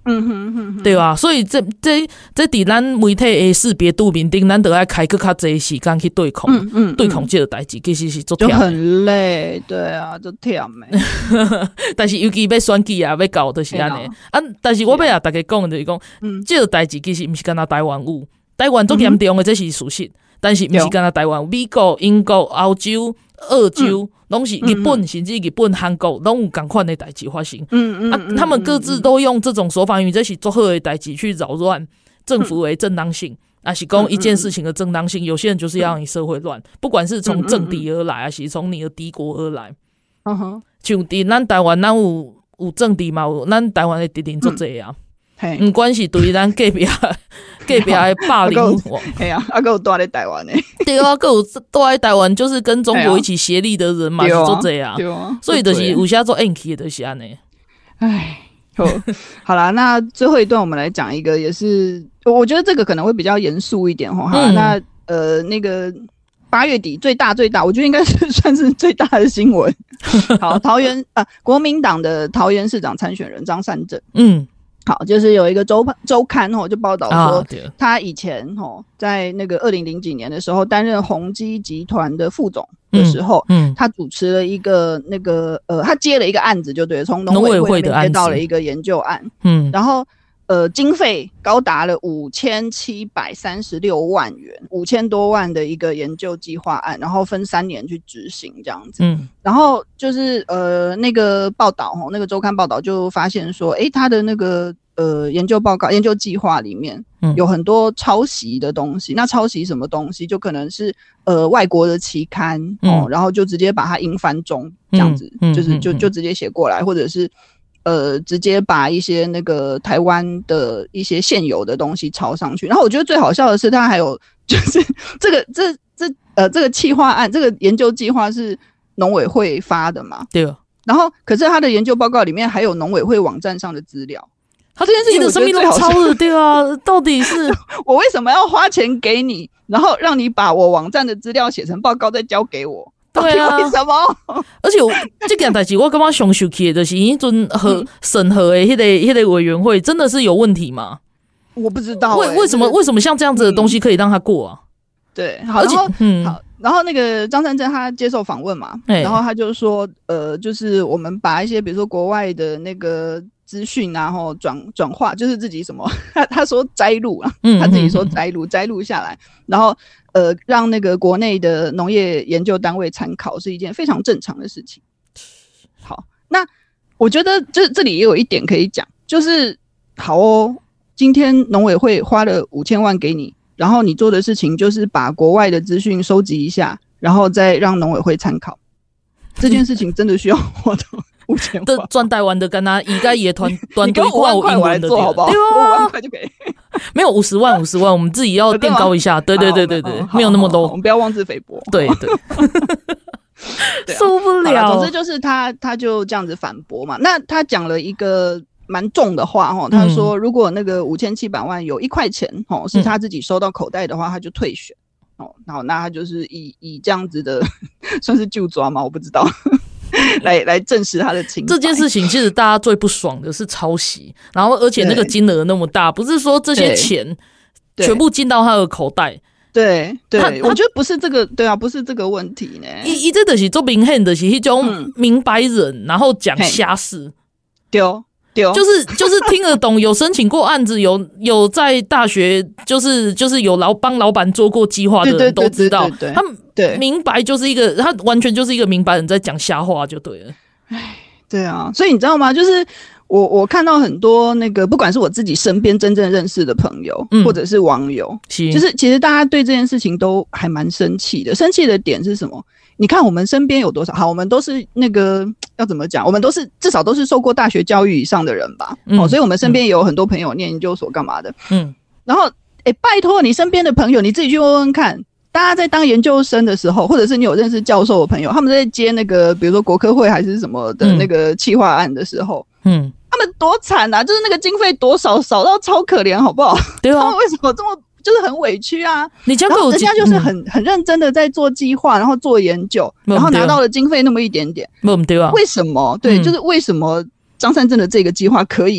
对吧？所以这伫咱媒体的识别度面顶，咱就要开更较侪时间去对抗这个代志，其实是做就很累，对啊，就忝诶。 但是尤其要选举啊，要搞就是安尼啊。但是我要大家讲就是讲，这个代志其实不是干那台湾有，台湾最严重的这是事实，但是不是干那台湾，美国、英国、澳洲、澳洲。拢是日本，甚至日本、韩国拢有同款的代志发生。他们各自都用这种手法，因为这是做好的代志去扰乱政府的正当性，还是讲一件事情的正当性。有些人就是要让你社会乱，不管是从政敌而来，还是从你的敌国而来。像伫咱台湾，咱有政敌嘛，有咱台湾的敌人足侪啊。不管是对咱隔壁的霸凌， 哎呀，还有住在台湾的， 对啊，还有住在台湾，就是跟中国一起协力的人嘛，是做这样，所以就是有些做硬气的就是安尼。 哎，好啦，那最后一段我们来讲一个，也是我觉得这个可能会比较严肃一点哈。那那个8月底最大，我觉得应该是算是最大的新闻。好，国民党的桃园市长参选人张善政，好，就是有一个周刊就报道说，他以前在那个2000几年的时候担任宏基集团的副总的时候，他主持了一个那个他接了一一个案子，就对，从农委会那边接到了一个研究案，然后经费高达了5736万元，5000多万的一个研究计划案，然后分3年去执行这样子。然后就是那个报道那个周刊报道就发现说，他的那个研究报告、研究计划里面有很多抄袭的东西。那抄袭什么东西？就可能是外国的期刊然后就直接把它英翻中这样子，就是就直接写过来，或者是直接把一些那个台湾的一些现有的东西抄上去。然后我觉得最好笑的是，他还有就是这个企划案，这个研究计划是农委会发的嘛？对。然后，可是他的研究报告里面还有农委会网站上的资料。他这件事情我觉得最好笑的，对啊，到底是我为什么要花钱给你，然后让你把我网站的资料写成报告再交给我？对啊，为什么？ 而且这件代志我感觉上生气的就是迄阵审核的迄个委员会真的是有问题吗？ 我不知道为什么像这样子的东西可以让他过啊？ 对，好，然后那个张善政他接受访问嘛，然后他就说就是我们把一些比如说国外的那个资讯然后转化，就是自己什么他说摘录啊，他自己说摘录下来，然后让那个国内的农业研究单位参考是一件非常正常的事情。好，那我觉得这里也有一点可以讲，就是好今天农委会花了5000万给你，然后你做的事情就是把国外的资讯收集一下，然后再让农委会参考。这件事情真的需要花到5000万？ 赚台湾的跟他一个野团队挂我英文的做好不好？ 对啊，5万块就可以。 没有50万，我们自己要垫高一下。对，没有那么多， 我们不要妄自菲薄。 对，受不了。 总之就是他就这样子反驳嘛。那他讲了一个蛮重的话他说如果那个5700万有1块钱是他自己收到口袋的话，他就退选然后那他就是以这样子的算是就抓吗？我不知道。来证实他的清白。 这件事情其实大家最不爽的是抄袭，然后而且那个金额那么大，不是说这些钱全部进到他的口袋。 对，我觉得不是这个，对啊，不是这个问题呢。 一这就是做明显的是一种明白人，然后讲瞎事。 对， 就是听得懂，有申请过案子，有在大学就是有帮老板做过计划的人都知道，他明白就是他完全就是一个明白人在讲瞎话就对了。 对啊，所以你知道吗？就是我看到很多那个，不管是我自己身边真正认识的朋友，或者是网友，就是其实大家对这件事情都还蛮生气的。生气的点是什么？你看我们身边有多少？好，我们都是那个要怎么讲？我们都是至少都是受过大学教育以上的人吧？所以我们身边也有很多朋友念研究所干嘛的。然后拜托你身边的朋友，你自己去问问看，大家在当研究生的时候，或者是你有认识教授的朋友，他们在接那个比如说国科会还是什么的那个企划案的时候，他们多惨啊！就是那个经费多少到超可怜，好不好？对啊，他们为什么这么？就是很委屈啊！然后人家就是很认真的在做计划，然后做研究，然后拿到了经费那么一点点，为什么？对，就是为什么张善政的这个计划可以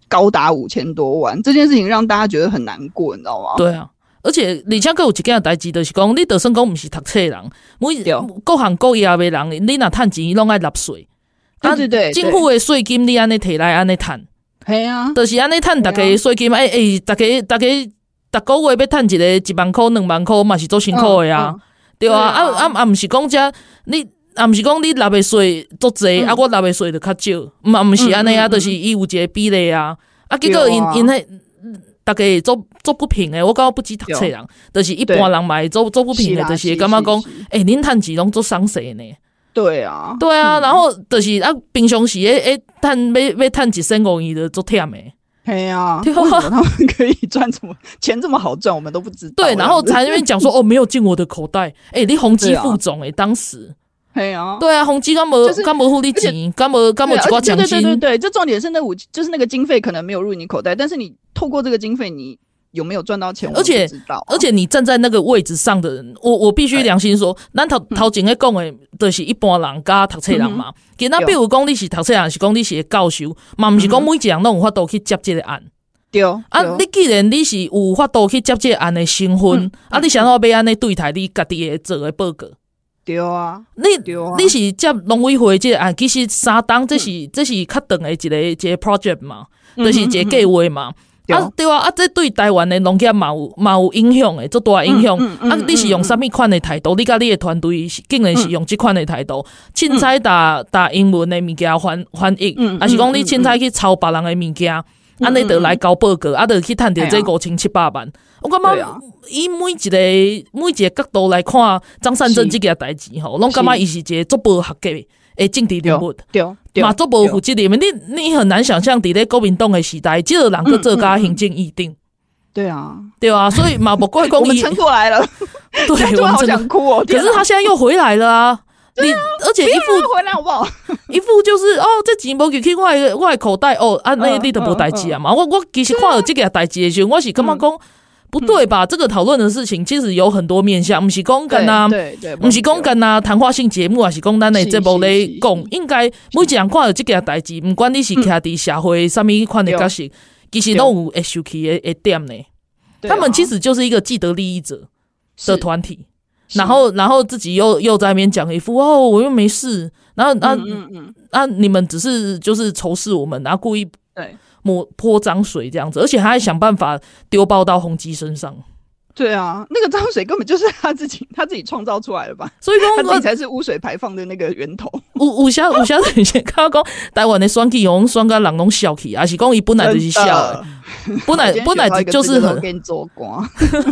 高达5000多万，这件事情让大家觉得很难过，你知道吗？ 对啊。而且还有一件代志，就是讲你就算讲不是读册人，每各行各业的人，你若赚钱拢爱纳税。 对对对， 政府的税金你安尼摕来安尼赚， 系啊， 就是安尼赚大家的税金，大家逐个月要赚1万块、2万块嘛是做辛苦的啊，对啊，不是讲遮你。不是讲你纳的税足济，我纳的税就较少，不是安尼啊，就是伊有一个比例啊，结果因迄大家做不平的，我感觉不止读册人，就是一般人嘛会做不平的，就是感觉讲，恁趁钱拢做伤势呢。 对啊， 对啊，然后就是平常时要趁1500亿的做忝的。 嘿啊，为什么他们可以赚什么钱这么好赚，我们都不知道。 对，然后才那边讲说没有进我的口袋，你宏基副总当时。对啊，宏基敢无付你钱，敢无一寡奖金。 对，这重点是就是那个经费可能没有入你口袋，但是你透过这个经费，你有没有赚到钱？ 而且你站在那个位置上的人，我必须良心说，咱头前咧讲的，就是一般人加读册人嘛。今仔比如讲你是读册人，是讲你是教授，嘛不是讲每一个人都有法度去接这个案。 对你既然你是有法度去接这个案的身份，你想要安尼对待你家己的做的报告？ 对啊， 你是接农委会这个案，其实3档这是较长的一个 project 嘛，就是一个计划嘛。对啊，这对台湾的农业嘛有影响的，足大影响。你是用什么款的态度？你甲你的团队竟然是用这款的态度，凊彩打英文的物件翻译，还是讲你凊彩去抄别人的物件？安尼就来交报告，就去趁到这5700万。我感觉以每一个角度来看，张善政这件代志吼，拢感觉伊是一个足无合格的政治人物，嘛足无负责任。你很难想象，伫咧国民党的时代，这个人去做甲行政议定。对啊，所以嘛不怪讲我们撑过来了。 对， 我好想哭哦。 可是他现在又回来了啊！而且一副回来好不好？ 一副就是这钱无入去我的口袋你都无代志啊嘛！我其实看到这个代志的时候，我是感觉讲不对吧？这个讨论的事情其实有很多面向，不是讲干不是讲干谈话性节目，还是讲咱的节目咧讲，应该每一人看到这个代志，不管你是徛伫社会什么款的角色，其实都有会受气的点呢。他们其实就是一个既得利益者的团体。然后自己又在那边讲一副我又没事，然后你们只是就是仇视我们，然后故意泼脏水这样子，而且他还想办法丢包到宏基身上。 对啊，那个脏水根本就是他自己创造出来的吧？ 所以他自己才是污水排放的那个源头。 有些人先看到讲台湾的选举用选到人拢笑起，还是讲伊本来就是笑的，本来就是很给你做光。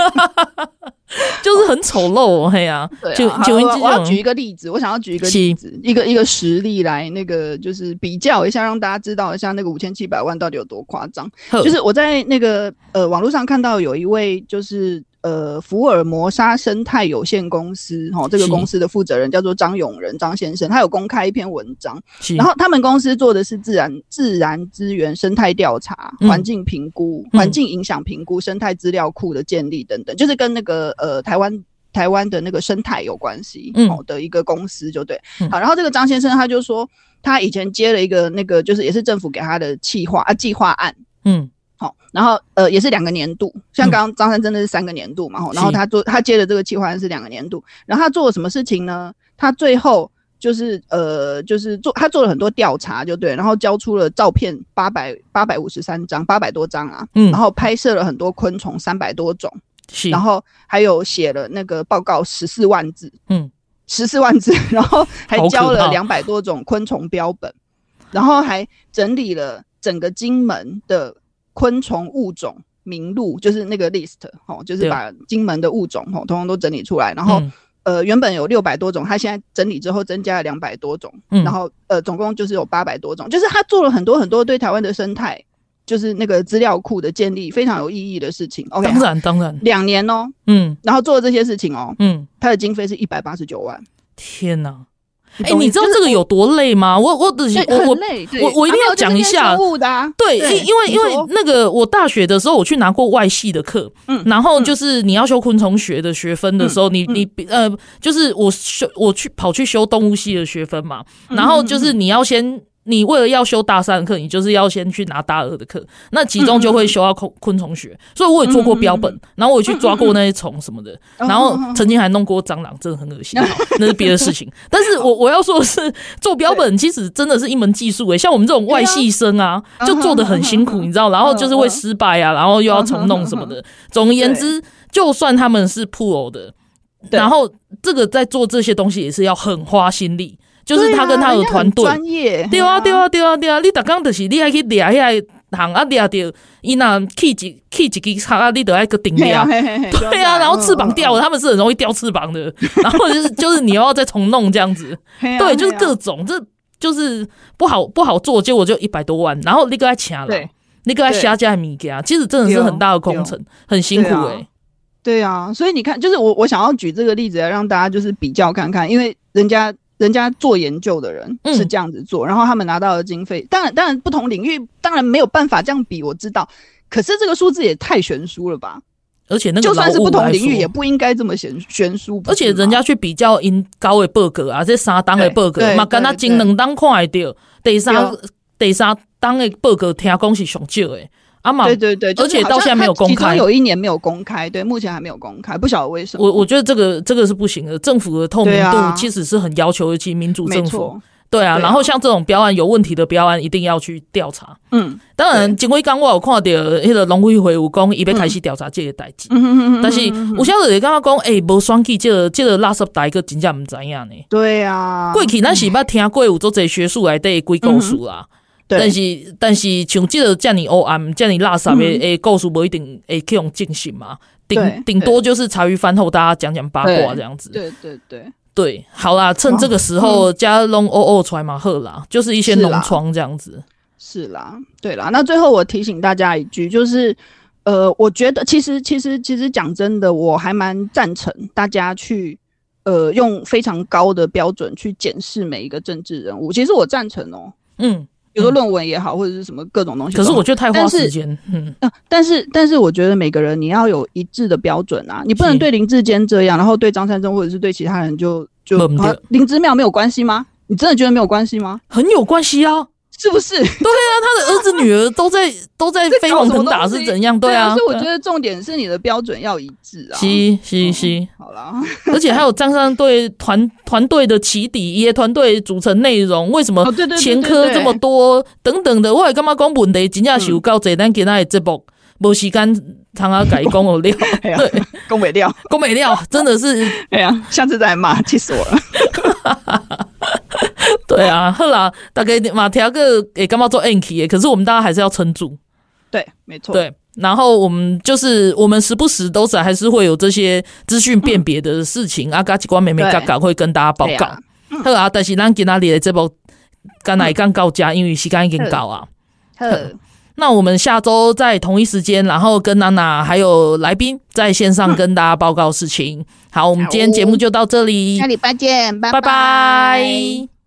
就是很丑陋，嘿啊！ 我要举一个例子，我想要举一个例子，一个实例来那个就是比较一下，让大家知道一下那个5700万到底有多夸张。就是我在那个网络上看到有一位就是福尔摩沙生态有限公司这个公司的负责人叫做张永仁张先生，他有公开一篇文章，然后他们公司做的是自然资源生态调查、环境评估、环境影响评估、生态资料库的建立等等，就是跟那个台湾的那个生态有关系的一个公司就对。好，然后这个张先生他就说他以前接了一个那个就是也是政府给他的计划案，好，然后也是2个年度，像刚刚张三真的是3个年度嘛，然后他接的这个企划案是2个年度，然后他做了什么事情呢？他最后就是他做了很多调查就对，然后交出了照片853张800多张啊，然后拍摄了很多昆虫300多种，然后还有写了那个报告14万字，14万字，然后还交了200多种昆虫标本，然后还整理了整个金门的昆虫物种名录，就是那个 list 就是把金门的物种统统都整理出来，然后原本有600多种，他现在整理之后增加了200多种，然后总共就是有800多种，就是他做了很多很多对台湾的生态就是那个资料库的建立非常有意义的事情。OK， 当然 2年然后做了这些事情他的经费是189万。 天哪！你知道这个有多累吗？我一定要讲一下。对，因为那个我大学的时候我去拿过外系的课，然后就是你要修昆虫学的学分的时候，你就是我跑去修动物系的学分嘛，然后就是你要先你为了要修大3的课，你就是要先去拿大2的课，那其中就会修到昆虫学，所以我也做过标本，然后我也去抓过那些虫什么的，然后曾经还弄过蟑螂，真的很恶心，那是别的事情。但是我要说的是，做标本其实真的是一门技术像我们这种外系生啊，就做得很辛苦，你知道，然后就是会失败啊，然后又要重弄什么的。总而言之，就算他们是 pro 的，然后这个在做这些东西也是要很花心力。就是他跟他的团队专业， 对啊，你每天就是你还去抓迄个行啊，抓到伊那起一支叉啊，你得要个顶掉，对啊，然后翅膀掉了，他们是很容易掉翅膀的，然后就是你要再重弄这样子，对，就是各种，这就是不好做，结果就100多万，然后你个要请了，你个要下架物件，其实真的是很大的工程，很辛苦对啊，所以你看，就是我想要举这个例子来让大家就是比较看看，因为人家做研究的人是这样子做，然后他们拿到的经费，当然不同领域当然没有办法这样比，我知道，可是这个数字也太悬殊了吧？ 而且那个就算是不同领域也不应该这么悬殊， 而且人家去比较因高的报告啊，这3档的报告嘛，敢若前2档看会到，第三档的报告听讲是上少的。 对， 而且到现在没有公开， 其中有1年没有公开，对，目前还没有公开，不晓得为什么。 我觉得这个是不行的，政府的透明度其实是很要求，尤其民主政府。对啊，然后像这种标案有问题的标案，一定要去调查。当然，前几天我有看到那个农委会有讲，伊要开始调查这个代志。但是有些人刚刚讲，无选举这个垃圾袋个真正唔知影呢。 对啊， 过去咱是捌听过有做这学术内底鬼故事啦。但是像这个这么黑暗、这么垃圾的故事，不一定会去用进行嘛。顶多就是茶余饭后大家讲讲八卦这样子。对，好啦，趁这个时候加弄出来嘛，好啦，就是一些脓疮这样子。 是啦，对啦。那最后我提醒大家一句，就是我觉得其实讲真的，我还蛮赞成大家去用非常高的标准去检视每一个政治人物。其实我赞成哦，比如说论文也好，或者是什么各种东西。 可是我觉得太花时间。 但是我觉得每个人你要有一致的标准啊，你不能对林智坚这样，然后对张善政或者是对其他人就林之妙没有关系吗？你真的觉得没有关系吗？ 很有关系啊。是不是？对啊，他的儿子女儿都在飞黄腾达是怎样？对啊， 所以我觉得重点是你的标准要一致啊。 是， 好啦， 而且还有张善队团队的起底，也团队组成内容，为什么前科这么多等等的，我还干嘛讲问题？真正是有够多，咱今仔的节目没时间常常改讲有料， 对，讲没料， 真的是， 哎呀，下次再骂，气死我了。 对啊，好啦，大概嘛听个也干嘛做 anky 的，可是我们大家还是要撑住。 对，没错。对， 然后我们时不时都是还是会有这些资讯辨别的事情，啊，几关妹妹嘎嘎会跟大家报告。好啊，但是咱今仔日的这部刚才刚到家，因为时间已经到啊。那我们下周在同一时间，然后跟娜娜还有来宾在线上跟大家报告事情。好，我们今天节目就到这里， 下礼拜见，拜拜。